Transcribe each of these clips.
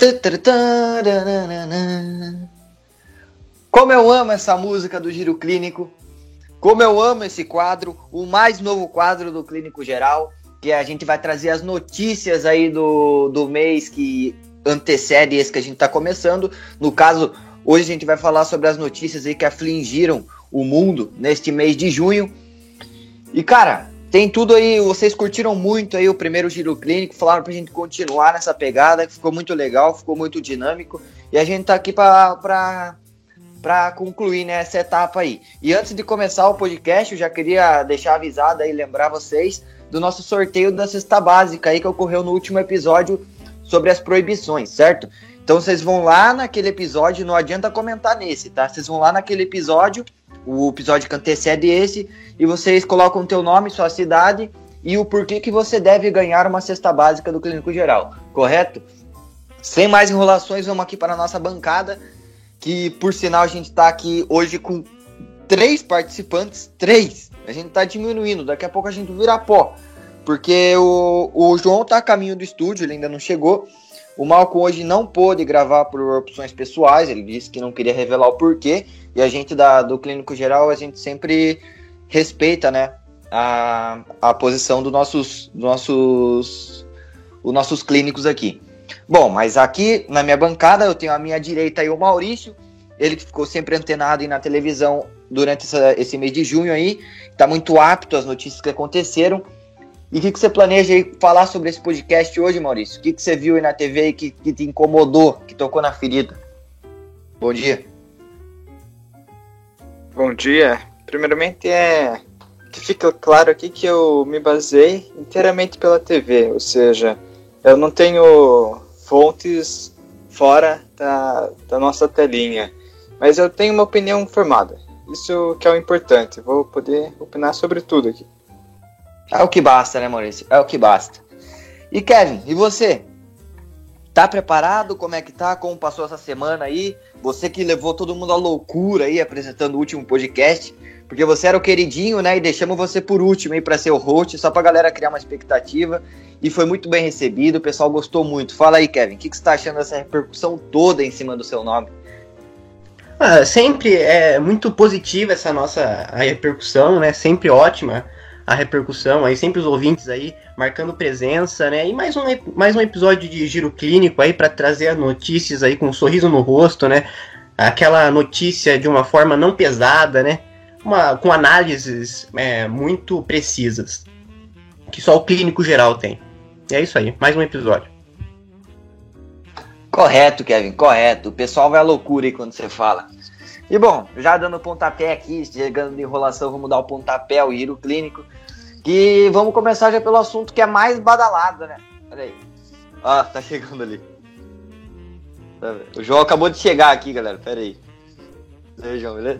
Como eu amo essa música do Giro Clínico, como eu amo esse quadro, o mais novo quadro do Clínico Geral, que a gente vai trazer as notícias aí do mês que antecede esse que a gente está começando. No caso, hoje a gente vai falar sobre as notícias aí que afligiram o mundo neste mês de junho. E cara, tem tudo aí, vocês curtiram muito aí o primeiro Giro Clínico, falaram pra gente continuar nessa pegada, que ficou muito legal, ficou muito dinâmico, e a gente tá aqui pra concluir, né, essa etapa aí. E antes de começar o podcast, eu já queria deixar avisado aí, lembrar vocês do nosso sorteio da cesta básica aí que ocorreu no último episódio sobre as proibições, certo? Então vocês vão lá naquele episódio, não adianta comentar nesse, tá? Vocês vão lá naquele episódio, o episódio que antecede esse, e vocês colocam o teu nome, sua cidade e o porquê que você deve ganhar uma cesta básica do Clínico Geral, correto? Sem mais enrolações, vamos aqui para a nossa bancada, que por sinal a gente está aqui hoje com 3 participantes, 3. A gente está diminuindo, daqui a pouco a gente vira pó, porque o João está a caminho do estúdio, ele ainda não chegou. O Malcolm hoje não pôde gravar por opções pessoais, ele disse que não queria revelar o porquê, e a gente do Clínico Geral, a gente sempre respeita, né, a posição dos nossos clínicos aqui. Bom, mas aqui na minha bancada eu tenho à minha direita aí o Maurício, ele que ficou sempre antenado aí na televisão durante esse mês de junho aí, está muito apto às notícias que aconteceram. E o que você planeja aí falar sobre esse podcast hoje, Maurício? O que você viu aí na TV aí que te incomodou, que tocou na ferida? Bom dia. Bom dia. Primeiramente que fica claro aqui que eu me basei inteiramente pela TV, ou seja, eu não tenho fontes fora da nossa telinha, mas eu tenho uma opinião formada. Isso que é o importante, vou poder opinar sobre tudo aqui. É o que basta, né, Maurício? É o que basta. E Kevin, e você? Tá preparado? Como é que tá? Como passou essa semana aí? Você que levou todo mundo à loucura aí, apresentando o último podcast, porque você era o queridinho, né, e deixamos você por último aí pra ser o host, só pra galera criar uma expectativa, e foi muito bem recebido, o pessoal gostou muito. Fala aí, Kevin, o que você tá achando dessa repercussão toda em cima do seu nome? Sempre é muito positiva essa nossa repercussão, né, sempre ótima a repercussão, aí sempre os ouvintes aí marcando presença, né, e mais um episódio de Giro Clínico aí para trazer as notícias aí com um sorriso no rosto, né, aquela notícia de uma forma não pesada, né, com análises muito precisas, que só o Clínico Geral tem. E é isso aí, mais um episódio. Correto, Kevin, correto. O pessoal vai à loucura aí quando você fala. E bom, já dando pontapé aqui, chegando de enrolação, vamos dar o pontapé ao Giro Clínico. Que vamos começar já pelo assunto que é mais badalado, né? Olha aí. Ó, tá chegando ali. O João acabou de chegar aqui, galera. Pera aí. E aí, João, beleza?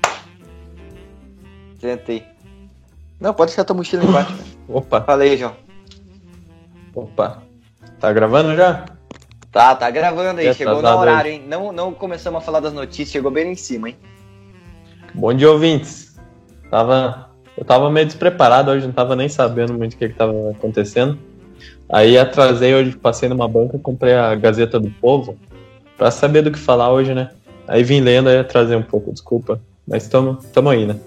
Senta aí. Não, pode deixar tua mochila embaixo. Opa. Fala aí, João. Opa. Tá gravando já? Tá gravando aí, chegou no horário, hoje. hein? Não começamos a falar das notícias, chegou bem lá em cima, hein? Bom dia, ouvintes. Eu tava meio despreparado hoje, não tava nem sabendo muito o que tava acontecendo. Aí atrasei hoje, passei numa banca, comprei a Gazeta do Povo, pra saber do que falar hoje, né? Aí vim lendo, aí atrasei um pouco, desculpa. Mas tamo aí, né?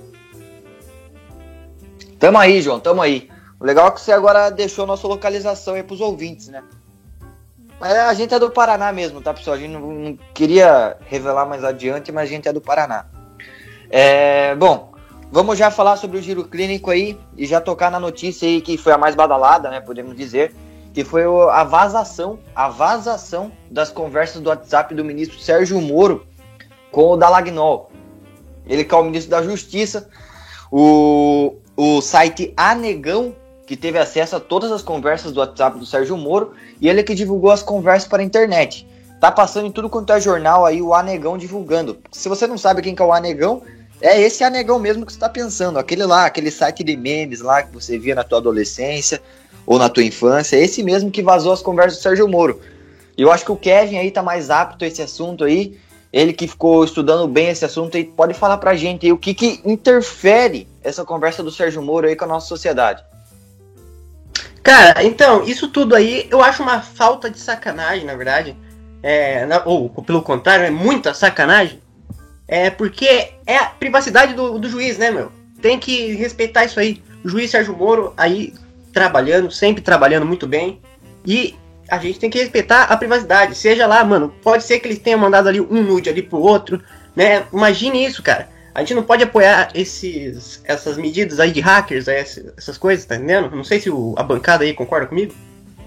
Tamo aí, João, tamo aí. O legal é que você agora deixou nossa localização aí pros ouvintes, né? Mas a gente é do Paraná mesmo, tá, pessoal? A gente não queria revelar mais adiante, mas a gente é do Paraná. Bom, vamos já falar sobre o Giro Clínico aí e já tocar na notícia aí que foi a mais badalada, né, podemos dizer, que foi a vazação das conversas do WhatsApp do ministro Sérgio Moro com o Dallagnol. Ele que é o ministro da Justiça, o site Anegão, que teve acesso a todas as conversas do WhatsApp do Sérgio Moro, e ele que divulgou as conversas para a internet. Tá passando em tudo quanto é jornal aí o Anegão divulgando. Se você não sabe quem que é o Anegão, é esse Anegão mesmo que você tá pensando. Aquele site de memes lá que você via na tua adolescência ou na tua infância. É esse mesmo que vazou as conversas do Sérgio Moro. E eu acho que o Kevin aí tá mais apto a esse assunto aí. Ele que ficou estudando bem esse assunto aí, pode falar pra gente aí o que interfere essa conversa do Sérgio Moro aí com a nossa sociedade. Cara, então, isso tudo aí eu acho uma falta de sacanagem, na verdade. ou pelo contrário, é muita sacanagem, porque é a privacidade do juiz, né, meu? Tem que respeitar isso aí. O juiz Sérgio Moro aí sempre trabalhando muito bem, e a gente tem que respeitar a privacidade. Seja lá, mano, pode ser que eles tenham mandado ali um nude ali pro outro, né? Imagine isso, cara. A gente não pode apoiar essas medidas aí de hackers, essas coisas, tá entendendo? Não sei se a bancada aí concorda comigo.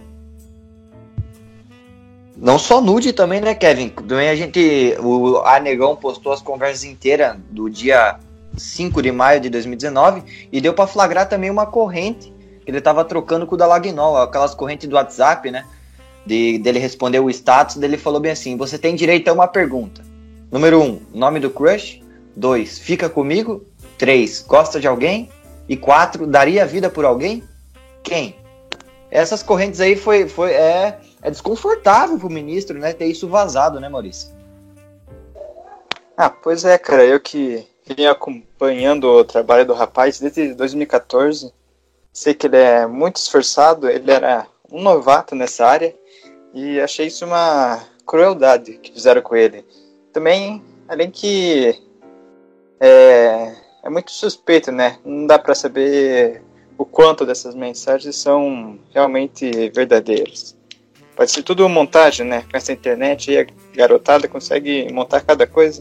Não só nude também, né, Kevin? Também o Negão postou as conversas inteiras do dia 5 de maio de 2019 e deu pra flagrar também uma corrente que ele tava trocando com o da Lagnol, aquelas correntes do WhatsApp, né? Dele responder o status, dele falou bem assim: você tem direito a uma pergunta. Número 1, nome do crush. 2, fica comigo. 3, gosta de alguém. E 4, daria a vida por alguém? Quem? Essas correntes aí é desconfortável pro ministro, né, ter isso vazado, né, Maurício? Pois é, cara, eu que vim acompanhando o trabalho do rapaz desde 2014, sei que ele é muito esforçado, ele era um novato nessa área, e achei isso uma crueldade que fizeram com ele. Também, além que é muito suspeito, né, não dá pra saber o quanto dessas mensagens são realmente verdadeiras. Pode ser tudo montagem, né? Com essa internet aí, a garotada consegue montar cada coisa.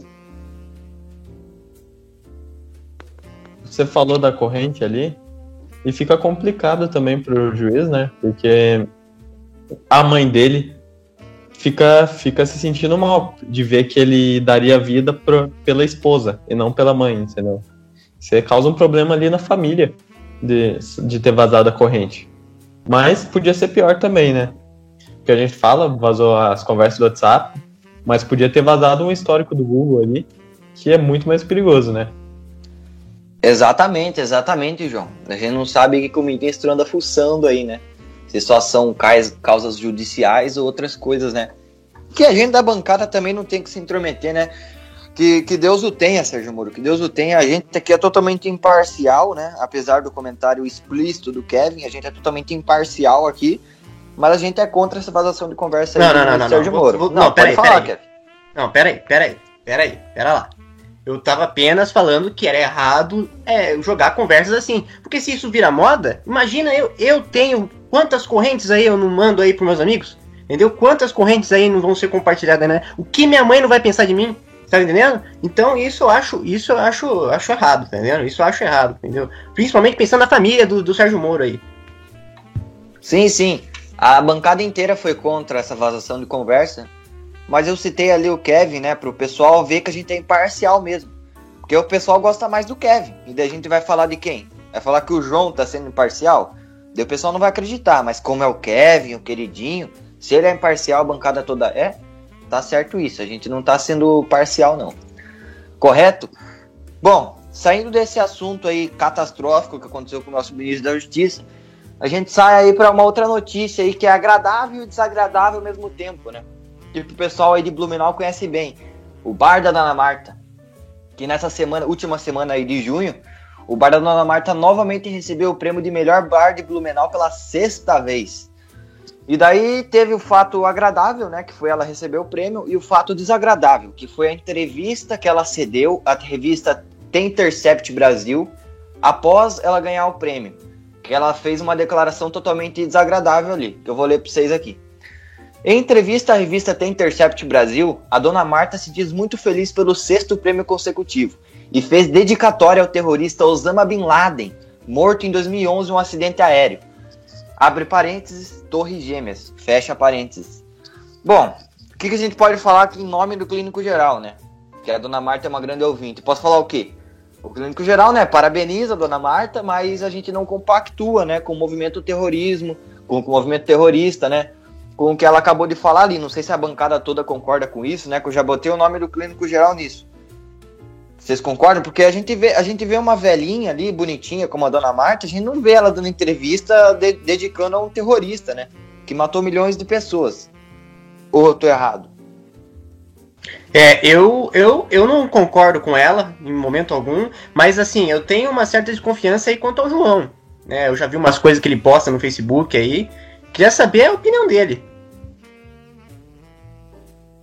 Você falou da corrente ali, e fica complicado também pro juiz, né? Porque a mãe dele fica se sentindo mal de ver que ele daria vida pela esposa e não pela mãe, entendeu? Você causa um problema ali na família de ter vazado a corrente. Mas podia ser pior também, né? Que a gente fala, vazou as conversas do WhatsApp, mas podia ter vazado um histórico do Google ali, que é muito mais perigoso, né? Exatamente, João. A gente não sabe o que o ministro anda fuçando aí, né? Se só são causas judiciais ou outras coisas, né? Que a gente da bancada também não tem que se intrometer, né? Que Deus o tenha, Sérgio Moro, que Deus o tenha. A gente aqui é totalmente imparcial, né? Apesar do comentário explícito do Kevin, a gente é totalmente imparcial aqui. Mas a gente é contra essa vazação de conversa aí do Sérgio Moro. Não, pera aí. Kevin. Não, pera lá. Eu tava apenas falando que era errado jogar conversas assim. Porque se isso vira moda, imagina eu tenho quantas correntes aí eu não mando aí pros meus amigos? Entendeu? Quantas correntes aí não vão ser compartilhadas, né? O que minha mãe não vai pensar de mim? Tá entendendo? Então isso eu acho errado, tá entendendo? Isso eu acho errado, entendeu? Principalmente pensando na família do Sérgio Moro aí. Sim. A bancada inteira foi contra essa vazação de conversa, mas eu citei ali o Kevin, né, pro pessoal ver que a gente é imparcial mesmo. Porque o pessoal gosta mais do Kevin, e daí a gente vai falar de quem? Vai falar que o João tá sendo imparcial? Daí o pessoal não vai acreditar, mas como é o Kevin, o queridinho, se ele é imparcial, a bancada toda tá certo isso, a gente não tá sendo parcial não. Correto? Bom, saindo desse assunto aí catastrófico que aconteceu com o nosso ministro da Justiça, a gente sai aí para uma outra notícia aí que é agradável e desagradável ao mesmo tempo, né? Que o pessoal aí de Blumenau conhece bem. O Bar da Dona Marta. Que nessa última semana aí de junho, o Bar da Dona Marta novamente recebeu o prêmio de melhor bar de Blumenau pela 6ª vez. E daí teve o fato agradável, né? Que foi ela receber o prêmio, e o fato desagradável, que foi a entrevista que ela cedeu à revista The Intercept Brasil após ela ganhar o prêmio. Ela fez uma declaração totalmente desagradável ali, que eu vou ler para vocês aqui. Em entrevista à revista The Intercept Brasil, a Dona Marta se diz muito feliz pelo 6º prêmio consecutivo e fez dedicatória ao terrorista Osama Bin Laden, morto em 2011 em um acidente aéreo. Abre parênteses, Torres Gêmeas, fecha parênteses. Bom, o que a gente pode falar aqui em nome do Clínico Geral, né? Que a Dona Marta é uma grande ouvinte. Posso falar o quê? O Clínico Geral, né, parabeniza a Dona Marta, mas a gente não compactua, né, com o movimento terrorismo, com o movimento terrorista, né, com o que ela acabou de falar ali. Não sei se a bancada toda concorda com isso, né, que eu já botei o nome do Clínico Geral nisso. Vocês concordam? Porque a gente vê uma velhinha ali, bonitinha, como a Dona Marta, a gente não vê ela dando entrevista dedicando a um terrorista, né, que matou milhões de pessoas. Ou eu tô errado? Eu não concordo com ela em momento algum, mas assim, eu tenho uma certa desconfiança aí quanto ao João, né? Eu já vi umas coisas que ele posta no Facebook aí, queria saber a opinião dele.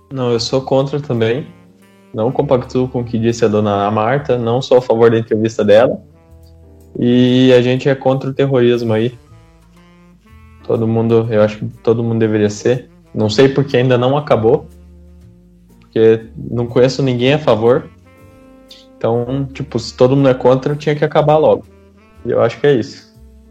Não, eu sou contra também. Não compactuo com o que disse a dona Marta. Não sou a favor da entrevista dela. E a gente é contra o terrorismo aí. Eu acho que todo mundo deveria ser. Não sei porque ainda não acabou. Porque não conheço ninguém a favor. Então, tipo, se todo mundo é contra, tinha que acabar logo. E eu acho que é isso.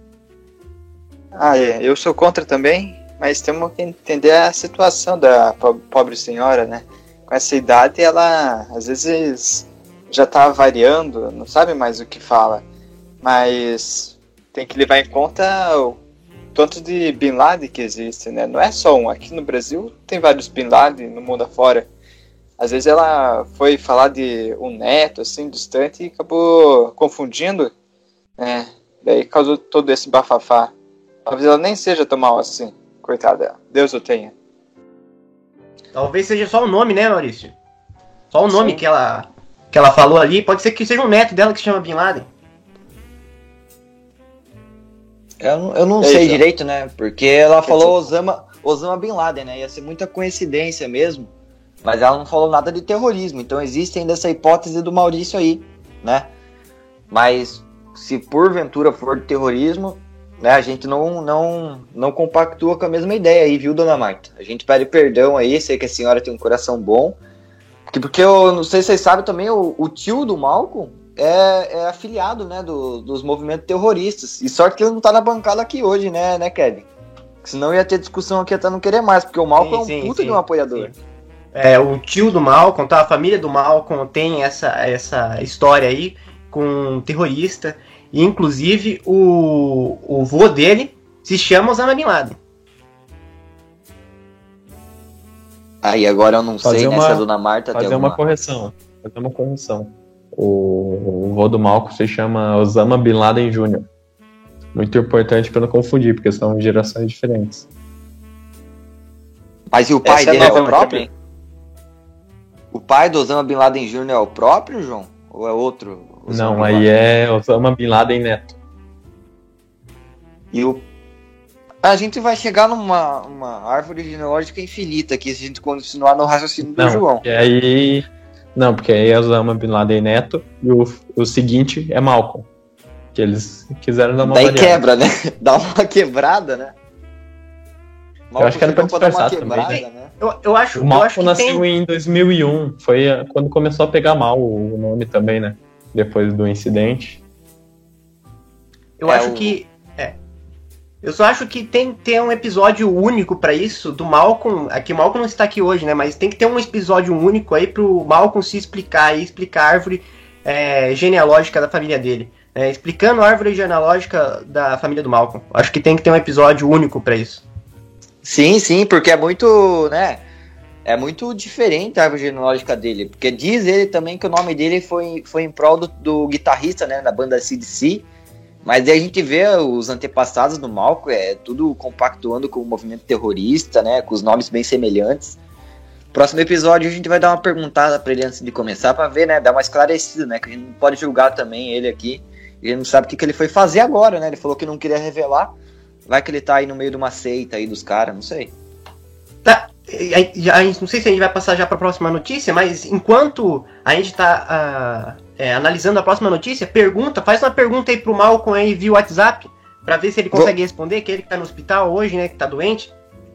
Eu sou contra também, mas temos que entender a situação da pobre senhora, né? Com essa idade, ela às vezes já tá variando, não sabe mais o que fala. Mas tem que levar em conta o tanto de Bin Laden que existe, né? Não é só um. Aqui no Brasil tem vários Bin Laden no mundo afora. Às vezes ela foi falar de um neto, assim, distante, e acabou confundindo, né? Daí causou todo esse bafafá. Talvez ela nem seja tão mal assim. Coitada dela. Deus o tenha. Talvez seja só o nome, né, Maurício? Só o nome Sim. que ela falou ali. Pode ser que seja um neto dela que se chama Bin Laden. Eu não sei direito, né? Porque ela falou Osama Bin Laden, né? Ia ser muita coincidência mesmo. Mas ela não falou nada de terrorismo. Então existe ainda essa hipótese do Maurício aí, né? Mas se porventura for de terrorismo, né? A gente não compactua com a mesma ideia aí, viu, dona Marta? A gente pede perdão aí. Sei que a senhora tem um coração bom. Porque eu não sei se vocês sabem também, o tio do Malcolm é afiliado, né, dos movimentos terroristas. E sorte que ele não tá na bancada aqui hoje, né, Kevin? Senão ia ter discussão aqui até não querer mais, porque o Malcolm é um puta de um apoiador. Sim. O tio do Malcolm, tá? A família do Malcolm tem essa história aí com um terrorista. E inclusive o vô dele se chama Osama Bin Laden. Aí agora eu não sei, né, se a dona Marta tem alguma... Fazer uma correção. O vô do Malcolm se chama Osama Bin Laden Jr. Muito importante para não confundir, porque são gerações diferentes. Mas e o pai dele é o próprio? Também. O pai do Osama Bin Laden Jr. é o próprio, João? Ou é outro? Não, aí é Osama Bin Laden Neto. E a gente vai chegar numa árvore genealógica infinita aqui, se a gente continuar no raciocínio do João. Porque aí é Osama Bin Laden Neto e o seguinte é Malcolm. Que eles quiseram dar uma Daí variada. quebra, né? Dá uma quebrada, né? Eu acho que era pra disfarçar também. Né? Eu acho O Malcolm que nasceu em 2001. Foi quando começou a pegar mal o nome também, né? Depois do incidente. Eu só acho que tem que ter um episódio único pra isso, do Malcolm. Aqui o Malcolm não está aqui hoje, né? Mas tem que ter um episódio único aí pro Malcolm se explicar e explicar a árvore genealógica da família dele. Explicando a árvore genealógica da família do Malcolm. Acho que tem que ter um episódio único pra isso. Sim, porque é muito, né? É muito diferente a árvore genealógica dele. Porque diz ele também que o nome dele foi em prol do guitarrista, né? Da banda CDC. Mas aí a gente vê os antepassados do Malcolm, tudo compactuando com o movimento terrorista, né? Com os nomes bem semelhantes. Próximo episódio a gente vai dar uma perguntada pra ele antes de começar, pra ver, né? Dar uma esclarecida, né? Que a gente não pode julgar também ele aqui. Ele não sabe o que ele foi fazer agora, né? Ele falou que não queria revelar. Vai que ele tá aí no meio de uma seita aí dos caras, não sei. Tá, não sei se a gente vai passar já pra próxima notícia, mas enquanto a gente tá analisando a próxima notícia, faz uma pergunta aí pro Malcolm aí via WhatsApp, pra ver se ele consegue responder, que ele que tá no hospital hoje, né, que tá doente.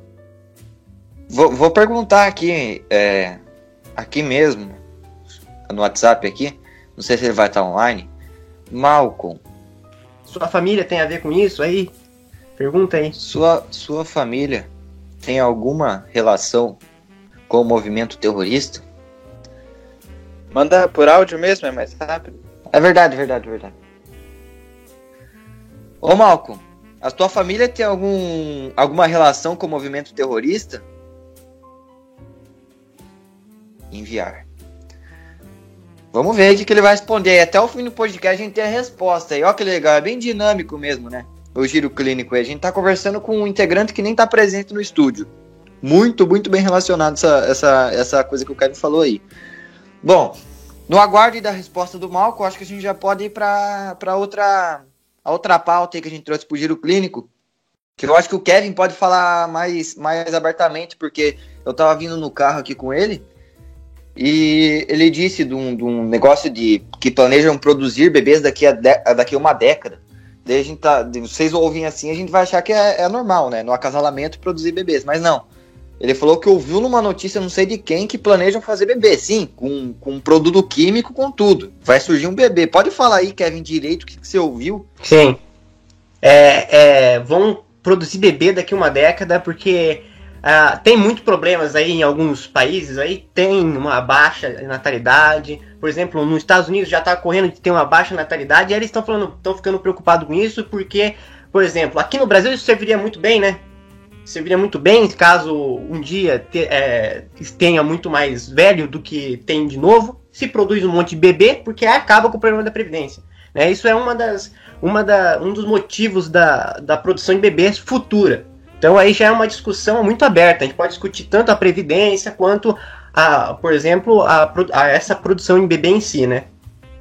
Vou perguntar aqui, aqui mesmo, no WhatsApp aqui, não sei se ele vai estar online. Malcolm. Sua família tem a ver com isso aí? Pergunta aí. Sua família tem alguma relação com o movimento terrorista? Manda por áudio mesmo, é mais rápido. É verdade. Ô Malcolm, a tua família tem alguma relação com o movimento terrorista? Enviar. Vamos ver o que ele vai responder. Até o fim do podcast a gente tem a resposta aí. Ó que legal, é bem dinâmico mesmo, né? O Giro Clínico aí. A gente tá conversando com um integrante que nem tá presente no estúdio. Muito bem relacionado essa coisa que o Kevin falou aí. Bom, no aguardo da resposta do Malcolm, acho que a gente já pode ir para outra pauta aí que a gente trouxe pro Giro Clínico, que eu acho que o Kevin pode falar mais abertamente, porque Eu tava vindo no carro aqui com ele e ele disse de um negócio de que planejam produzir bebês daqui a uma década. Daí a gente vocês ouvem assim, a gente vai achar que é normal, né? No acasalamento produzir bebês, mas não. Ele falou que ouviu numa notícia, não sei de quem, que planejam fazer bebê, sim, com produto químico, com tudo. Vai surgir um bebê. Pode falar aí, Kevin, direito, o que você ouviu? Sim. Vão produzir bebê daqui a uma década, porque tem muitos problemas aí em alguns países, aí tem uma baixa natalidade. Por exemplo, nos Estados Unidos já está correndo de ter uma baixa natalidade, e eles estão ficando preocupados com isso, porque, por exemplo, aqui no Brasil isso serviria muito bem, né? Serviria muito bem caso um dia tenha muito mais velho do que tem de novo, se produz um monte de bebê, porque acaba com o problema da Previdência. Né? Isso é um dos motivos da produção de bebês futura. Então aí já é uma discussão muito aberta. A gente pode discutir tanto a Previdência quanto, por exemplo, essa produção em bebê em si, né?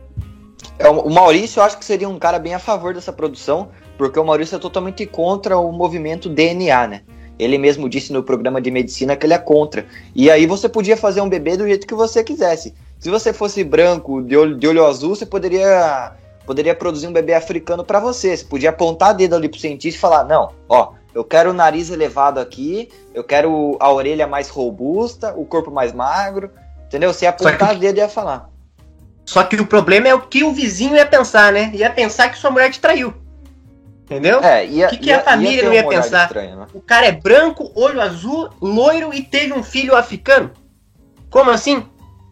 O Maurício, eu acho que seria um cara bem a favor dessa produção, porque o Maurício é totalmente contra o movimento DNA, né? Ele mesmo disse no programa de medicina que ele é contra. E aí você podia fazer um bebê do jeito que você quisesse. Se você fosse branco, de olho azul, você poderia produzir um bebê africano para você. Você podia apontar dedo ali pro cientista e falar, não, ó, eu quero o nariz elevado aqui, eu quero a orelha mais robusta, o corpo mais magro, entendeu? Você ia apontar o dedo e ia falar. Só que o problema é o que o vizinho ia pensar, né? Ia pensar que sua mulher te traiu. Entendeu? O que a família não ia pensar? Estranho, né? O cara é branco, olho azul, loiro e teve um filho africano? Como assim?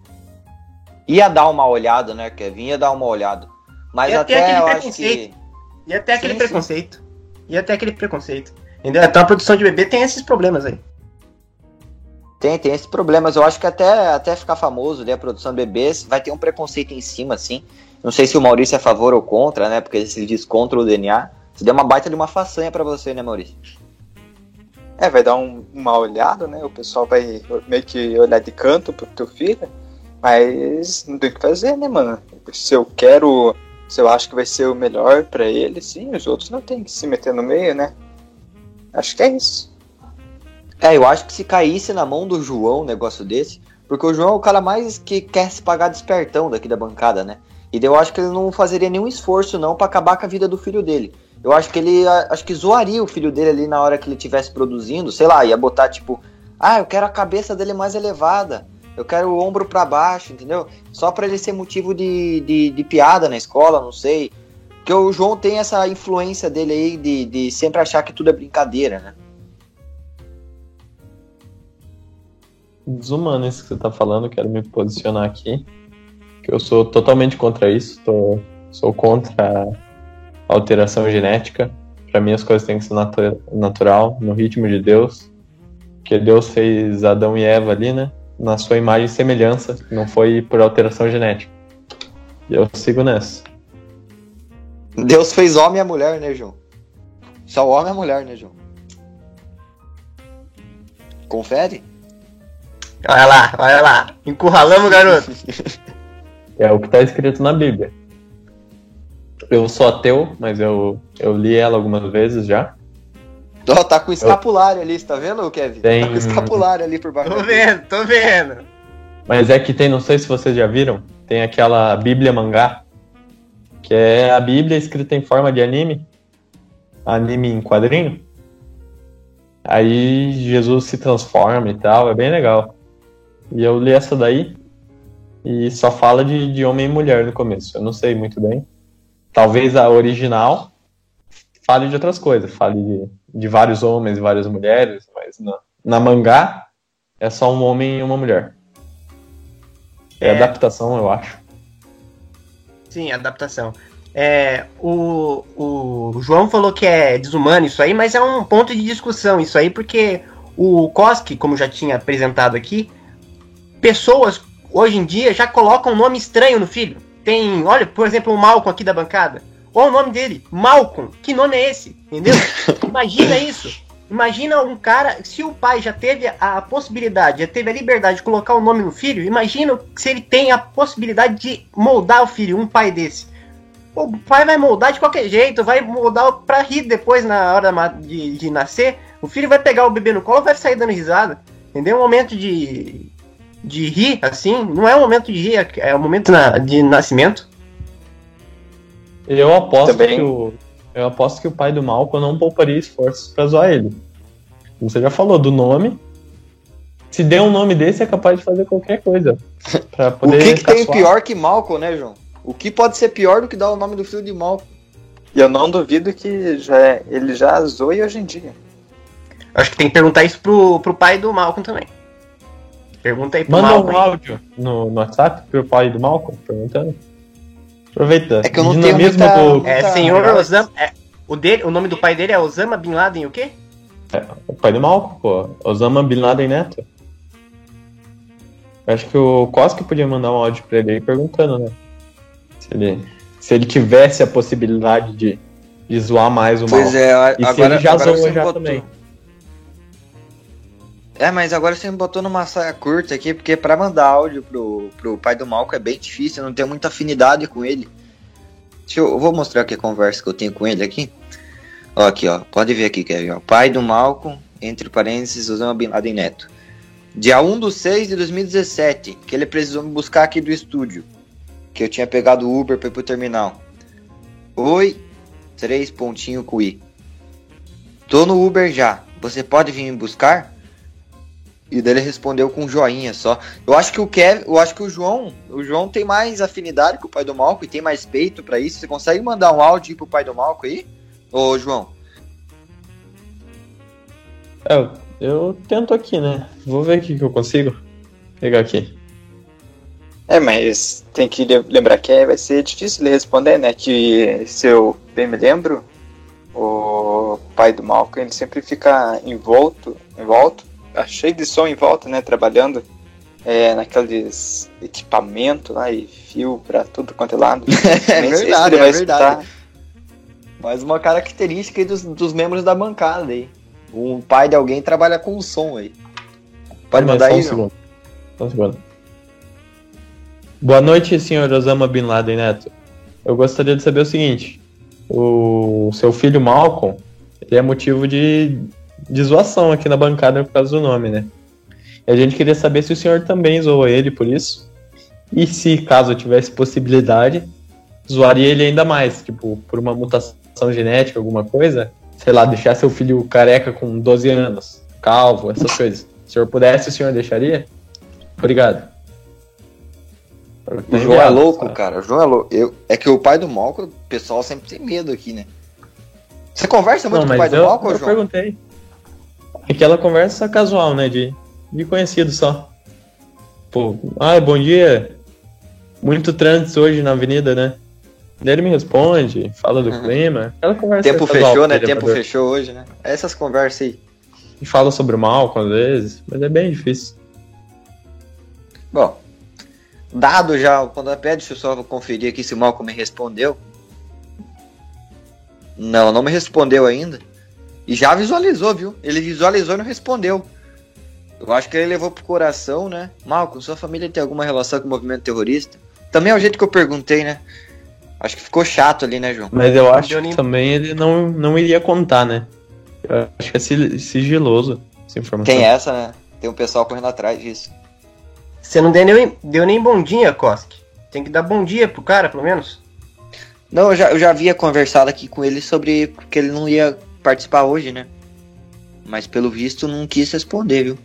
Ia dar uma olhada, né, Kevin? Ia dar uma olhada. Mas até eu acho que... Ia ter aquele preconceito. Ia ter aquele preconceito. Entendeu? Então a produção de bebê tem esses problemas aí. Tem esses problemas. Eu acho que até ficar famoso, né, a produção de bebês, vai ter um preconceito em cima, assim. Não sei se o Maurício é a favor ou contra, né? Porque se ele diz contra o DNA... Você deu uma baita de uma façanha pra você, né, Maurício? Vai dar uma olhada, né? O pessoal vai meio que olhar de canto pro teu filho. Mas não tem o que fazer, né, mano? Se eu acho que vai ser o melhor pra ele, sim, os outros não tem que se meter no meio, né? Acho que é isso. Eu acho que se caísse na mão do João um negócio desse, porque o João é o cara mais que quer se pagar despertão daqui da bancada, né? E eu acho que ele não fazeria nenhum esforço não pra acabar com a vida do filho dele. Eu acho que ele zoaria o filho dele ali na hora que ele estivesse produzindo, sei lá, ia botar tipo, eu quero a cabeça dele mais elevada, eu quero o ombro pra baixo, entendeu? Só pra ele ser motivo de piada na escola, não sei. Porque o João tem essa influência dele aí de sempre achar que tudo é brincadeira, né? Desumano isso que você tá falando, quero me posicionar aqui. Que eu sou totalmente contra isso, sou contra a alteração genética. Para mim as coisas têm que ser natural, no ritmo de Deus. Porque Deus fez Adão e Eva ali, né? Na sua imagem e semelhança, não foi por alteração genética. E eu sigo nessa. Deus fez homem e a mulher, né, João? Só o homem e a mulher, né, João? Confere? Olha lá. Encurralamos, garoto. É o que tá escrito na Bíblia. Eu sou ateu, mas eu li ela algumas vezes já. Tá com o escapulário ali, você tá vendo, Kevin? Tem... Tá com o escapulário ali por baixo. Tô vendo. Mas é que tem, não sei se vocês já viram, tem aquela Bíblia mangá, que é a Bíblia escrita em forma de anime em quadrinho. Aí Jesus se transforma e tal, é bem legal. E eu li essa daí, e só fala de homem e mulher no começo, eu não sei muito bem. Talvez a original fale de outras coisas, fale de vários homens e várias mulheres, mas na mangá é só um homem e uma mulher. É adaptação, eu acho. Sim, adaptação. O João falou que é desumano isso aí, mas é um ponto de discussão isso aí, porque o Koski, como já tinha apresentado aqui, pessoas hoje em dia já colocam um nome estranho no filho. Tem, olha, por exemplo, o Malcolm aqui da bancada. Olha o nome dele, Malcolm. Que nome é esse? Entendeu? Imagina isso. Imagina um cara, se o pai já teve a possibilidade, já teve a liberdade de colocar o nome no filho, imagina se ele tem a possibilidade de moldar o filho, um pai desse. O pai vai moldar de qualquer jeito, vai moldar pra rir depois na hora de nascer. O filho vai pegar o bebê no colo e vai sair dando risada. entendeu? Um momento de rir, assim, não é um momento de rir, é um momento de nascimento. Eu aposto que o pai do Malcolm não pouparia esforços pra zoar ele. Você já falou do nome. Se der um nome desse, é capaz de fazer qualquer coisa. Pra poder O que tem pior que Malcolm, né, João? O que pode ser pior do que dar o nome do filho de Malcolm? E eu não duvido que ele já zoe hoje em dia. Acho que tem que perguntar isso pro pai do Malcolm também. Pergunta aí pro Manda Malcolm. um áudio no WhatsApp pro pai do Malcolm, perguntando. Aproveita. É que eu não Dinamismo tenho muita- do... É, senhor Osama... o nome do pai dele é Osama Bin Laden o quê? O pai do Malcolm, pô. Osama Bin Laden Neto. Eu acho que o Koski podia mandar um áudio pra ele aí perguntando, né? Se ele tivesse a possibilidade de zoar mais o Malcolm. Pois é, E se agora, ele já agora zoou você já botou... também. Mas agora você me botou numa saia curta aqui, porque pra mandar áudio pro pai do Malcolm é bem difícil, eu não tenho muita afinidade com ele. Eu vou mostrar aqui a conversa que eu tenho com ele aqui. Ó, aqui, ó, pode ver aqui, Kevin, ó. Pai do Malcolm, entre parênteses, Osama Bin Laden Neto. Dia 1/6/2017, que ele precisou me buscar aqui do estúdio, que eu tinha pegado o Uber pra ir pro terminal. Oi, 3 pontinho Cui. Tô no Uber já, você pode vir me buscar? E daí ele respondeu com um joinha só. Eu acho que o João tem mais afinidade com o pai do Malcolm e tem mais peito pra isso. Você consegue mandar um áudio pro pai do Malcolm aí? Ô, João. Eu tento aqui, né? Vou ver aqui que eu consigo pegar aqui. Mas tem que lembrar que vai ser difícil ele responder, né? Que se eu bem me lembro, o pai do Malcolm ele sempre fica envolto, cheio de som em volta, né? Trabalhando naqueles equipamentos lá e fio pra tudo quanto é lado. Nem sei se ele vai escutar. Mais uma característica aí dos membros da bancada aí. Um pai de alguém trabalha com som aí. Pode mandar aí, João? Só um segundo. Boa noite, senhor Osama Bin Laden Neto. Eu gostaria de saber o seguinte. O seu filho Malcolm, ele é motivo de zoação aqui na bancada por causa do nome, né? E a gente queria saber se o senhor também zoou ele por isso. E se, caso tivesse possibilidade, zoaria ele ainda mais, tipo, por uma mutação genética, alguma coisa, sei lá, deixar seu filho careca com 12 anos, calvo, essas coisas. Se o senhor pudesse, o senhor deixaria? Obrigado. O João é louco, cara. O João é louco. É que o pai do Malcolm, o pessoal sempre tem medo aqui, né? Você conversa muito com o pai do Malcolm, eu João? Eu perguntei. Aquela conversa casual, né? De conhecido só. Pô, bom dia. Muito trânsito hoje na avenida, né? Daí ele me responde, fala do clima. Aquela conversa Tempo casual, fechou, né? Tempo fechou hoje, né? Essas conversas aí. E fala sobre o Malcolm às vezes, mas é bem difícil. Bom, dado já o pontapé, deixa eu só conferir aqui se o Malcolm me respondeu. Não me respondeu ainda. E já visualizou, viu? Ele visualizou e não respondeu. Eu acho que ele levou pro coração, né? Malcolm, sua família tem alguma relação com o movimento terrorista? Também é o jeito que eu perguntei, né? Acho que ficou chato ali, né, João? Mas eu acho que também ele não iria contar, né? Eu acho que é sigiloso essa informação. Tem essa, né? Tem um pessoal correndo atrás disso. Você não deu nem bom dia, Koski. Tem que dar bom dia pro cara, pelo menos. Não, eu já havia conversado aqui com ele sobre que ele não ia participar hoje, né? Mas pelo visto não quis responder, viu?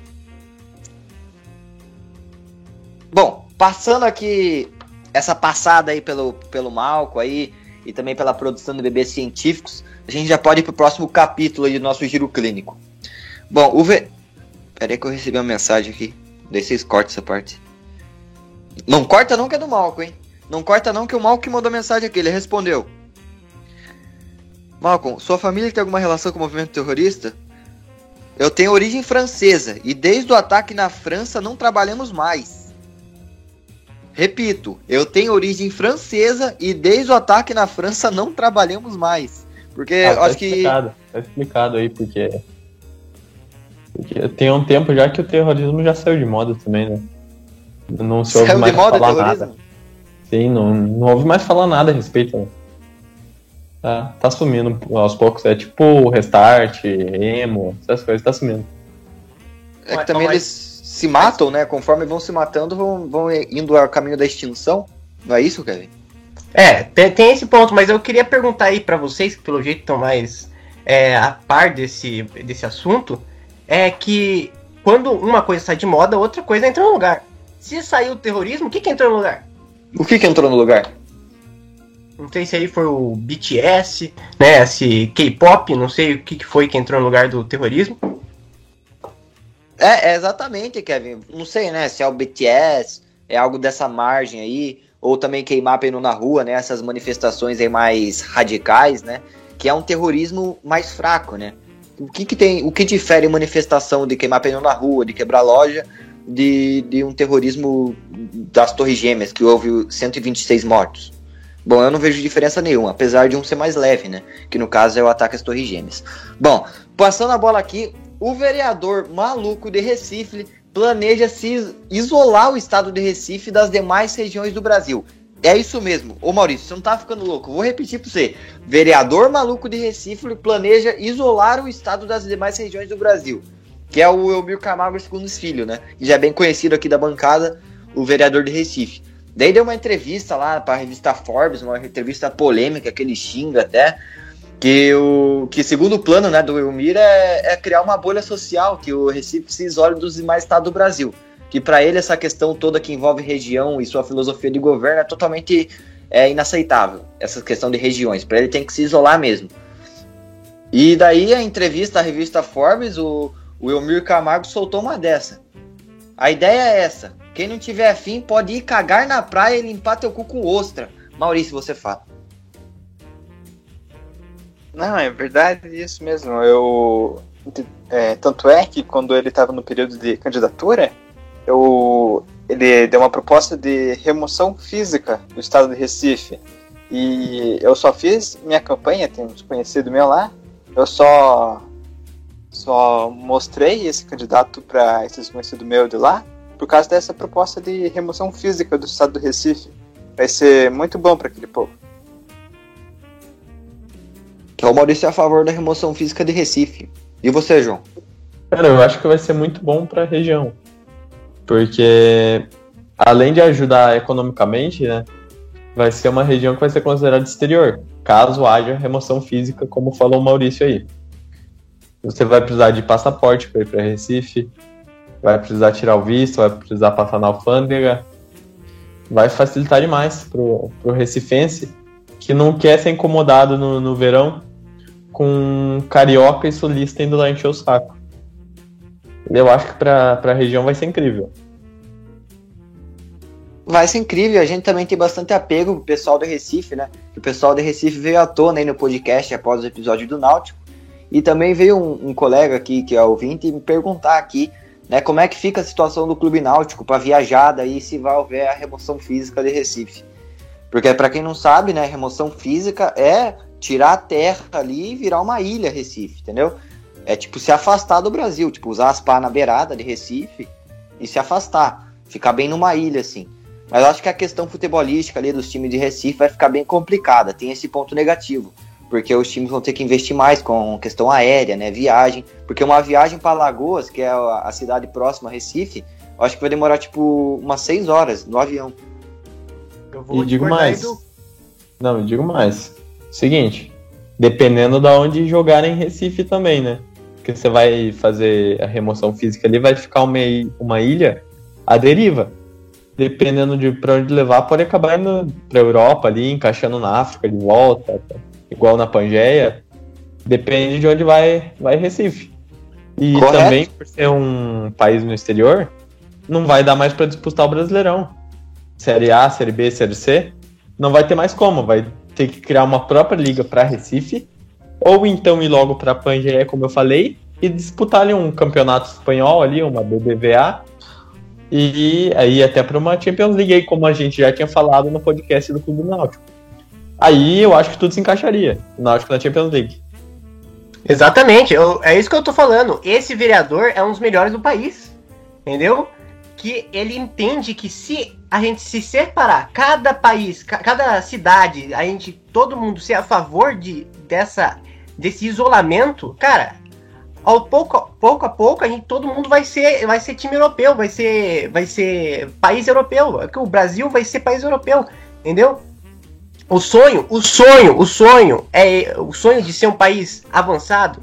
Bom, passando aqui essa passada aí pelo Malcolm aí e também pela produção de bebês científicos, a gente já pode ir pro próximo capítulo aí do nosso giro clínico. Bom, peraí que eu recebi uma mensagem aqui. Daí vocês cortam essa parte. Não corta não que é do Malcolm, hein? Não corta não que o Malcolm mandou mensagem aqui, ele respondeu. Malcolm, sua família tem alguma relação com o movimento terrorista? Eu tenho origem francesa e desde o ataque na França não trabalhamos mais. Repito, eu tenho origem francesa e desde o ataque na França não trabalhamos mais. Porque eu acho que... Tá explicado aí, porque tem um tempo já que o terrorismo já saiu de moda também, né? Não se ouve mais falar nada. Sim, não ouve mais falar nada a respeito, né? Tá sumindo aos poucos. É tipo Restart, Emo, essas coisas, tá sumindo. É que também eles se matam, né? Conforme vão se matando, vão indo ao caminho da extinção. Não é isso, Kevin? Tem esse ponto, mas eu queria perguntar aí pra vocês, que pelo jeito estão mais a par desse assunto, é que quando uma coisa sai de moda, outra coisa entra no lugar. Se saiu o terrorismo, o que entrou no lugar? O que entrou no lugar? Não sei se aí foi o BTS, né, esse K-pop, não sei o que foi que entrou no lugar do terrorismo. Exatamente, Kevin. Não sei, né, se é o BTS, é algo dessa margem aí, ou também queimar pneu na rua, né, essas manifestações aí mais radicais, né, que é um terrorismo mais fraco, né. O que difere manifestação de queimar pneu na rua, de quebrar loja, de um terrorismo das Torres Gêmeas, que houve 126 mortos? Bom, eu não vejo diferença nenhuma, apesar de um ser mais leve, né? Que no caso é o ataque às Torres Gêmeas. Bom, passando a bola aqui, o vereador maluco de Recife planeja se isolar o estado de Recife das demais regiões do Brasil. É isso mesmo. Ô Maurício, você não tá ficando louco. Vou repetir pra você. Vereador maluco de Recife planeja isolar o estado das demais regiões do Brasil. Que é o Elmir Camargo II Filho, né? Que já é bem conhecido aqui da bancada, o vereador de Recife. Daí deu uma entrevista lá para a revista Forbes, uma entrevista polêmica, que ele xinga até, que segundo o plano, né, do Elmir é criar uma bolha social, que o Recife se isole dos demais estados do Brasil. Que para ele essa questão toda que envolve região e sua filosofia de governo é totalmente inaceitável, essa questão de regiões. Para ele tem que se isolar mesmo. E daí a entrevista à revista Forbes, o Elmir Camargo soltou uma dessa. A ideia é essa. Quem não tiver afim pode ir cagar na praia e limpar teu cu com ostra. Maurício, você fala. Não, é verdade isso mesmo. Tanto é que quando ele estava no período de candidatura, ele deu uma proposta de remoção física do estado de Recife. E eu só fiz minha campanha, tem um desconhecido meu lá, eu só mostrei esse candidato para esse desconhecido meu de lá, por causa dessa proposta de remoção física do estado do Recife. Vai ser muito bom para aquele povo. Então o Maurício é a favor da remoção física de Recife. E você, João? Cara, eu acho que vai ser muito bom para a região. Porque, além de ajudar economicamente, né, vai ser uma região que vai ser considerada exterior, caso haja remoção física, como falou o Maurício aí. Você vai precisar de passaporte para ir para Recife, vai precisar tirar o visto, vai precisar passar na alfândega. Vai facilitar demais pro recifense, que não quer ser incomodado no verão com carioca e sulista indo lá encher o saco. Eu acho que para a região vai ser incrível. Vai ser incrível, a gente também tem bastante apego pro pessoal do Recife, né? O pessoal do Recife veio à tona aí no podcast após o episódio do Náutico. E também veio um colega aqui, que é ouvinte, me perguntar aqui, né, como é que fica a situação do Clube Náutico para viajar daí se vai haver a remoção física de Recife. Porque para quem não sabe, né, remoção física é tirar a terra ali e virar uma ilha Recife, entendeu? É tipo se afastar do Brasil, tipo usar as pás na beirada de Recife e se afastar, ficar bem numa ilha assim. Mas eu acho que a questão futebolística ali dos times de Recife vai ficar bem complicada, tem esse ponto negativo. Porque os times vão ter que investir mais com questão aérea, né, viagem. Porque uma viagem para Alagoas, que é a cidade próxima a Recife, eu acho que vai demorar tipo umas 6 horas no avião. E digo mais. Não, eu digo mais. Seguinte, dependendo de onde jogarem em Recife também, né? Porque você vai fazer a remoção física ali, vai ficar uma ilha à deriva. Dependendo de pra onde levar, pode acabar indo pra Europa ali, encaixando na África de volta, igual na Pangeia. Depende de onde vai Recife. E correto. Também, por ser um país no exterior, não vai dar mais pra disputar o Brasileirão. Série A, Série B, Série C, não vai ter mais como. Vai ter que criar uma própria liga pra Recife, ou então ir logo pra Pangeia, como eu falei, e disputar ali um campeonato espanhol ali, uma BBVA, e aí até para uma Champions League, aí, como a gente já tinha falado no podcast do Clube Náutico. Aí eu acho que tudo se encaixaria, o Náutico na Champions League. Exatamente, é isso que eu tô falando. Esse vereador é um dos melhores do país, entendeu? Que ele entende que se a gente se separar, cada país, cada cidade, todo mundo ser a favor desse isolamento, cara, pouco a pouco, todo mundo vai ser time europeu, vai ser país europeu. O Brasil vai ser país europeu, entendeu? O sonho de ser um país avançado.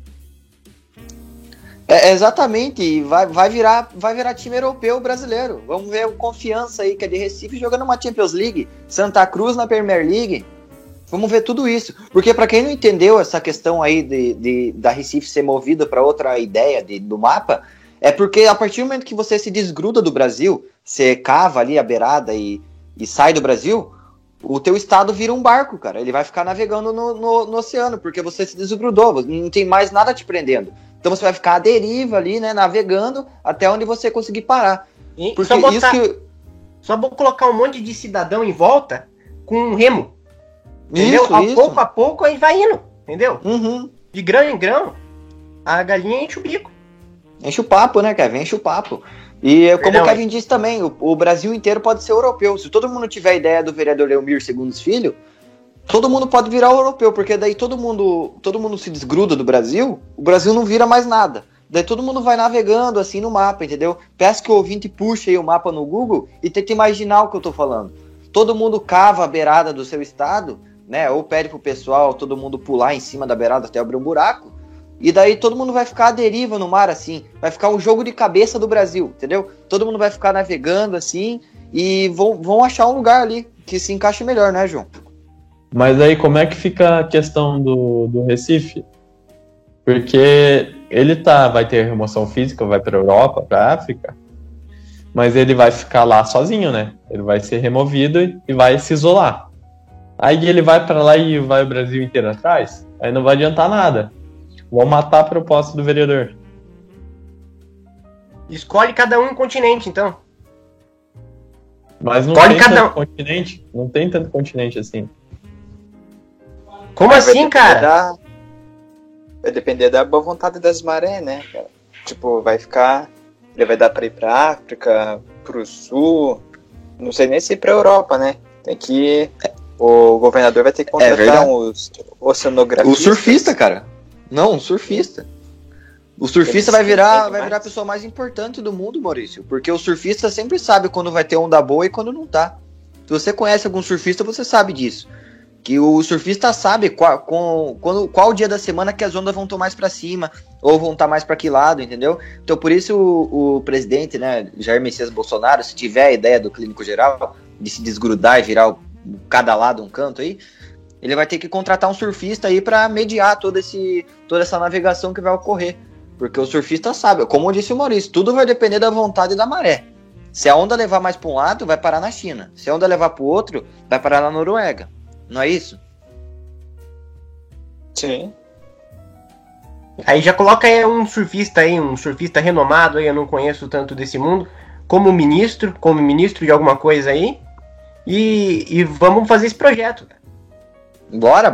Exatamente, vai virar time europeu brasileiro. Vamos ver o Confiança aí, que é de Recife, jogando uma Champions League, Santa Cruz na Premier League. Vamos ver tudo isso. Porque para quem não entendeu essa questão aí da Recife ser movida para outra ideia do mapa, é porque a partir do momento que você se desgruda do Brasil, você cava ali a beirada e sai do Brasil, o teu estado vira um barco, cara. Ele vai ficar navegando no oceano, porque você se desgrudou, não tem mais nada te prendendo. Então você vai ficar à deriva ali, né, navegando até onde você conseguir parar. Porque só vou colocar um monte de cidadão em volta com um remo. Entendeu? Pouco a pouco aí vai indo, entendeu? Uhum. De grão em grão, a galinha enche o bico. Enche o papo, né, Kevin? Enche o papo. E como o Kevin disse também, o Brasil inteiro pode ser europeu. Se todo mundo tiver a ideia do vereador Leomir Segundos Filho, todo mundo pode virar europeu, porque daí todo mundo se desgruda do Brasil, o Brasil não vira mais nada. Daí todo mundo vai navegando assim no mapa, entendeu? Peço que o ouvinte puxe aí o mapa no Google e tente imaginar o que eu tô falando. Todo mundo cava a beirada do seu estado, né? Ou pede pro pessoal, todo mundo pular em cima da beirada até abrir um buraco. E daí todo mundo vai ficar à deriva no mar, assim. Vai ficar um jogo de cabeça do Brasil, entendeu? Todo mundo vai ficar navegando, assim, e vão achar um lugar ali que se encaixe melhor, né, João? Mas aí como é que fica a questão do Recife? Porque ele vai ter remoção física, vai para a Europa, para a África, mas ele vai ficar lá sozinho, né? Ele vai ser removido e vai se isolar. Aí ele vai para lá e vai o Brasil inteiro atrás, aí não vai adiantar nada. Vão matar a proposta do vereador. Escolhe cada um continente, então. Mas não tem tanto continente. Não tem tanto continente assim. Como assim, cara? Vai depender da boa vontade das marés, né, cara? Tipo, ele vai dar pra ir pra África, pro Sul, não sei nem se ir pra Europa, né? O governador vai ter que contratar uns oceanografistas. O surfista, cara. Não, um surfista. O surfista vai virar a pessoa mais importante do mundo, Maurício. Porque o surfista sempre sabe quando vai ter onda boa e quando não tá. Se você conhece algum surfista, você sabe disso. Que o surfista sabe qual dia da semana que as ondas vão estar mais para cima ou vão estar mais para que lado, entendeu? Então por isso o presidente, né, Jair Messias Bolsonaro, se tiver a ideia do clínico geral de se desgrudar e virar cada lado um canto aí, ele vai ter que contratar um surfista aí para mediar toda essa navegação que vai ocorrer. Porque o surfista sabe, como disse o Maurício, tudo vai depender da vontade da maré. Se a onda levar mais para um lado, vai parar na China. Se a onda levar para o outro, vai parar na Noruega. Não é isso? Sim. Aí já coloca aí um surfista renomado aí, eu não conheço tanto desse mundo, como ministro de alguma coisa aí, e vamos fazer esse projeto. Bora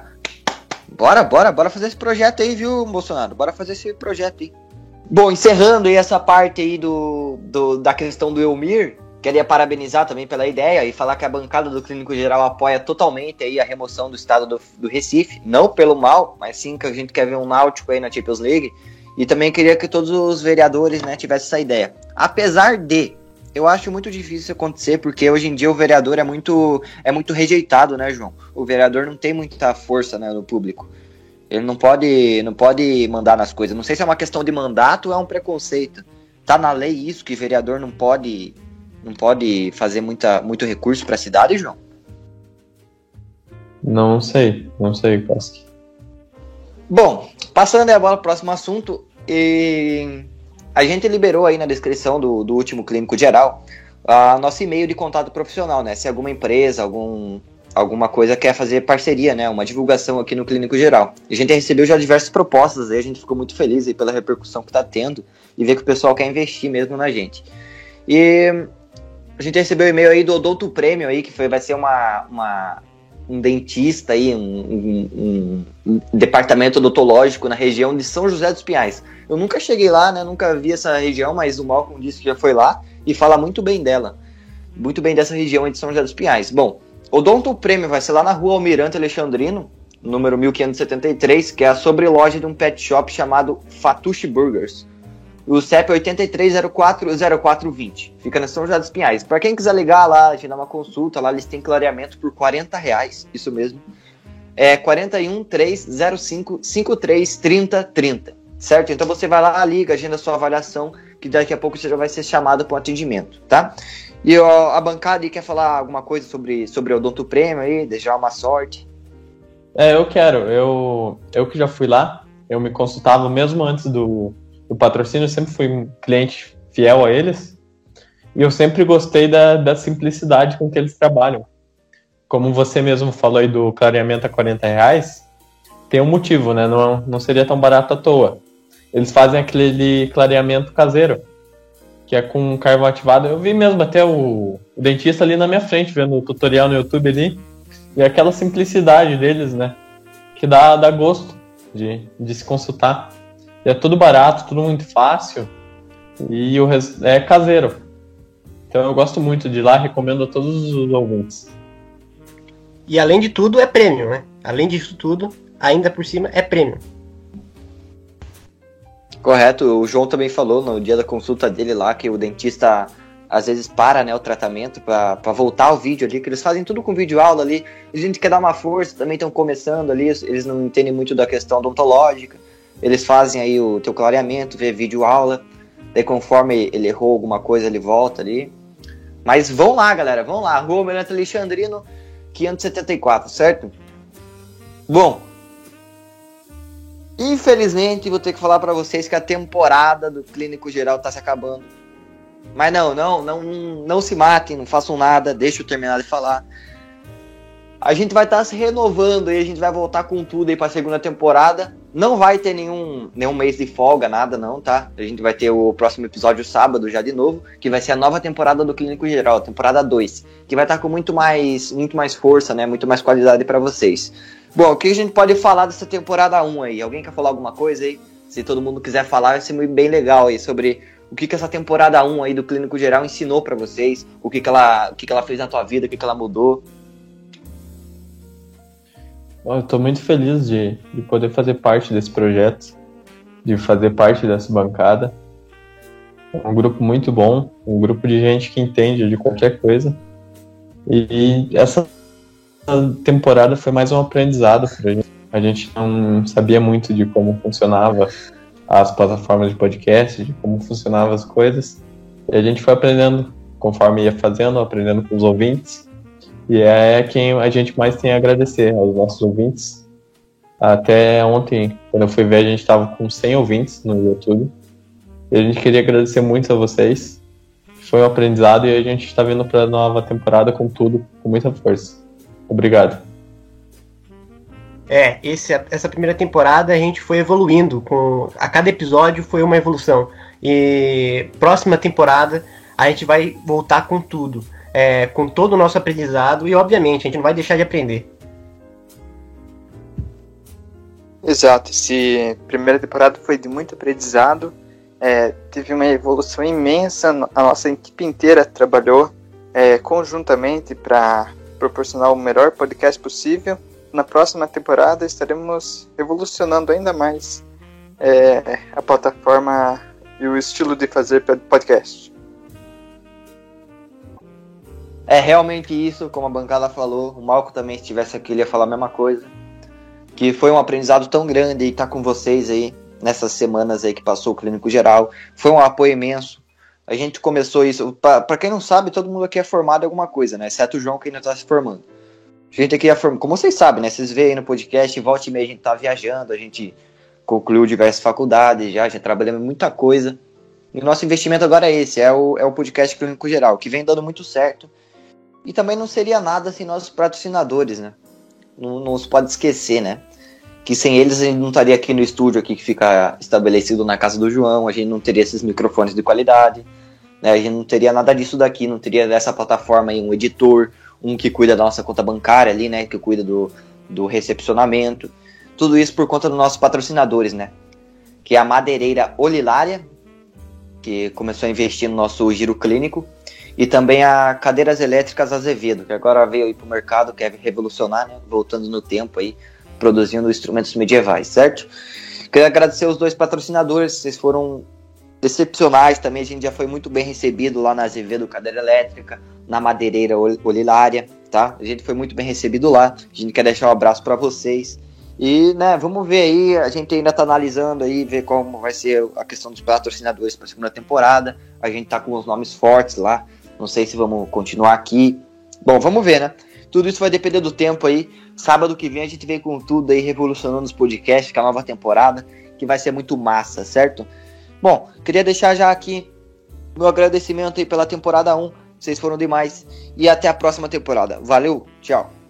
fazer esse projeto aí, viu, Bolsonaro? Bora fazer esse projeto aí. Bom, encerrando aí essa parte aí da questão do Elmir, queria parabenizar também pela ideia e falar que a bancada do Clínico Geral apoia totalmente aí a remoção do estado do Recife, não pelo mal, mas sim que a gente quer ver um Náutico aí na Champions League, e também queria que todos os vereadores, né, tivessem essa ideia. Apesar de, eu acho muito difícil isso acontecer, porque hoje em dia o vereador é muito rejeitado, né, João? O vereador não tem muita força, né, no público. Ele não pode mandar nas coisas. Não sei se é uma questão de mandato ou é um preconceito. Tá na lei isso, que vereador não pode fazer muito recurso para a cidade, João? Não sei, Koski. Bom, passando a bola para o próximo assunto, a gente liberou aí na descrição do último Clínico Geral a nosso e-mail de contato profissional, né? Se alguma empresa, alguma coisa quer fazer parceria, né? Uma divulgação aqui no Clínico Geral. A gente recebeu já diversas propostas aí, a gente ficou muito feliz aí pela repercussão que está tendo e ver que o pessoal quer investir mesmo na gente. E a gente recebeu um e-mail aí do Odonto Prêmio aí, que vai ser um dentista aí, um departamento odontológico na região de São José dos Pinhais. Eu nunca cheguei lá, né? Nunca vi essa região, mas o Malcolm disse que já foi lá e fala muito bem dela. Muito bem dessa região aí de São José dos Pinhais. Bom, o Odonto Prêmio vai ser lá na rua Almirante Alexandrino, número 1573, que é a sobreloja de um pet shop chamado Fatushi Burgers. O CEP é 83040420. Fica na São José dos Pinhais. Para quem quiser ligar lá, agendar uma consulta, lá eles têm clareamento por R$40, isso mesmo. É 41-305-53-30-30, certo? Então você vai lá, liga, agenda a sua avaliação, que daqui a pouco você já vai ser chamado para o atendimento, tá? E a bancada aí quer falar alguma coisa sobre o Odonto Prêmio aí, desejar uma sorte? Eu quero. Eu que já fui lá, eu me consultava mesmo antes do patrocínio, eu sempre fui um cliente fiel a eles, e eu sempre gostei da simplicidade com que eles trabalham. Como você mesmo falou aí do clareamento a R$40, tem um motivo, né? Não seria tão barato à toa. Eles fazem aquele clareamento caseiro, que é com carvão ativado. Eu vi mesmo até o dentista ali na minha frente, vendo o tutorial no YouTube ali, e aquela simplicidade deles, né? Que dá gosto de se consultar. E é tudo barato, tudo muito fácil, e é caseiro. Então eu gosto muito de ir lá, recomendo a todos os ouvintes. E além de tudo, é prêmio, né? Além disso tudo, ainda por cima, é prêmio. Correto, o João também falou no dia da consulta dele lá, que o dentista às vezes para, né, o tratamento para voltar ao vídeo ali, que eles fazem tudo com vídeo aula ali, a gente quer dar uma força, também estão começando ali, eles não entendem muito da questão odontológica, eles fazem aí o teu clareamento, vê vídeo aula, daí conforme ele errou alguma coisa, ele volta ali. Mas vão lá, galera, vão lá, Rua Almirante Alexandrino, 574, certo? Bom, infelizmente vou ter que falar para vocês que a temporada do Clínico Geral tá se acabando. Mas não se matem, não façam nada, deixa eu terminar de falar. A gente vai estar se renovando aí, a gente vai voltar com tudo aí pra segunda temporada. Não vai ter nenhum mês de folga, nada não, tá? A gente vai ter o próximo episódio sábado já de novo, que vai ser a nova temporada do Clínico Geral, temporada 2, que vai estar com muito mais força, né? Muito mais qualidade pra vocês. Bom, o que a gente pode falar dessa temporada 1 aí? Alguém quer falar alguma coisa aí? Se todo mundo quiser falar, vai ser bem legal aí sobre o que essa temporada 1 aí do Clínico Geral ensinou pra vocês, o que ela fez na tua vida, o que ela mudou. Eu tô muito feliz de poder fazer parte desse projeto, de fazer parte dessa bancada. É um grupo muito bom, um grupo de gente que entende de qualquer coisa. E essa temporada foi mais um aprendizado pra gente. A gente não sabia muito de como funcionava as plataformas de podcast, de como funcionavam as coisas. E a gente foi aprendendo conforme ia fazendo, aprendendo com os ouvintes. E é quem a gente mais tem a agradecer, aos nossos ouvintes. Até ontem, quando eu fui ver, a gente estava com 100 ouvintes no YouTube. E a gente queria agradecer muito a vocês. Foi um aprendizado e a gente está vindo para a nova temporada com tudo, com muita força. Obrigado. Essa primeira temporada a gente foi evoluindo. A cada episódio foi uma evolução. E próxima temporada a gente vai voltar com tudo. Com todo o nosso aprendizado e, obviamente, a gente não vai deixar de aprender. Exato, essa primeira temporada foi de muito aprendizado, teve uma evolução imensa, a nossa equipe inteira trabalhou conjuntamente para proporcionar o melhor podcast possível. Na próxima temporada estaremos revolucionando ainda mais a plataforma e o estilo de fazer podcast. É realmente isso, como a bancada falou, o Malco também, se estivesse aqui, ele ia falar a mesma coisa. Que foi um aprendizado tão grande e estar com vocês aí, nessas semanas aí que passou o Clínico Geral. Foi um apoio imenso. A gente começou isso, para quem não sabe, todo mundo aqui é formado em alguma coisa, né? Exceto o João, que ainda está se formando. A gente aqui é formado, como vocês sabem, né? Vocês veem aí no podcast, volta e meia a gente tá viajando, a gente concluiu diversas faculdades já trabalhamos em muita coisa. E o nosso investimento agora é esse, é o podcast Clínico Geral, que vem dando muito certo. E também não seria nada sem nossos patrocinadores, né? Não se pode esquecer, né? Que sem eles a gente não estaria aqui no estúdio aqui que fica estabelecido na casa do João, a gente não teria esses microfones de qualidade, né? A gente não teria nada disso daqui, não teria dessa plataforma aí, um editor, um que cuida da nossa conta bancária ali, né? Que cuida do recepcionamento. Tudo isso por conta dos nossos patrocinadores, né? Que é a madeireira Olilária, que começou a investir no nosso giro clínico. E também a Cadeiras Elétricas Azevedo, que agora veio aí pro mercado, quer revolucionar, né? Voltando no tempo aí, produzindo instrumentos medievais, certo? Queria agradecer os 2 patrocinadores, vocês foram excepcionais também, a gente já foi muito bem recebido lá na Azevedo Cadeira Elétrica, na Madeireira Olilária, tá? A gente foi muito bem recebido lá, a gente quer deixar um abraço para vocês. E, né, vamos ver aí, a gente ainda tá analisando aí, ver como vai ser a questão dos patrocinadores para a segunda temporada. A gente tá com os nomes fortes lá, não sei se vamos continuar aqui. Bom, vamos ver, né? Tudo isso vai depender do tempo aí. Sábado que vem a gente vem com tudo aí, revolucionando os podcasts, com a nova temporada, que vai ser muito massa, certo? Bom, queria deixar já aqui meu agradecimento aí pela temporada 1, vocês foram demais, e até a próxima temporada. Valeu, tchau!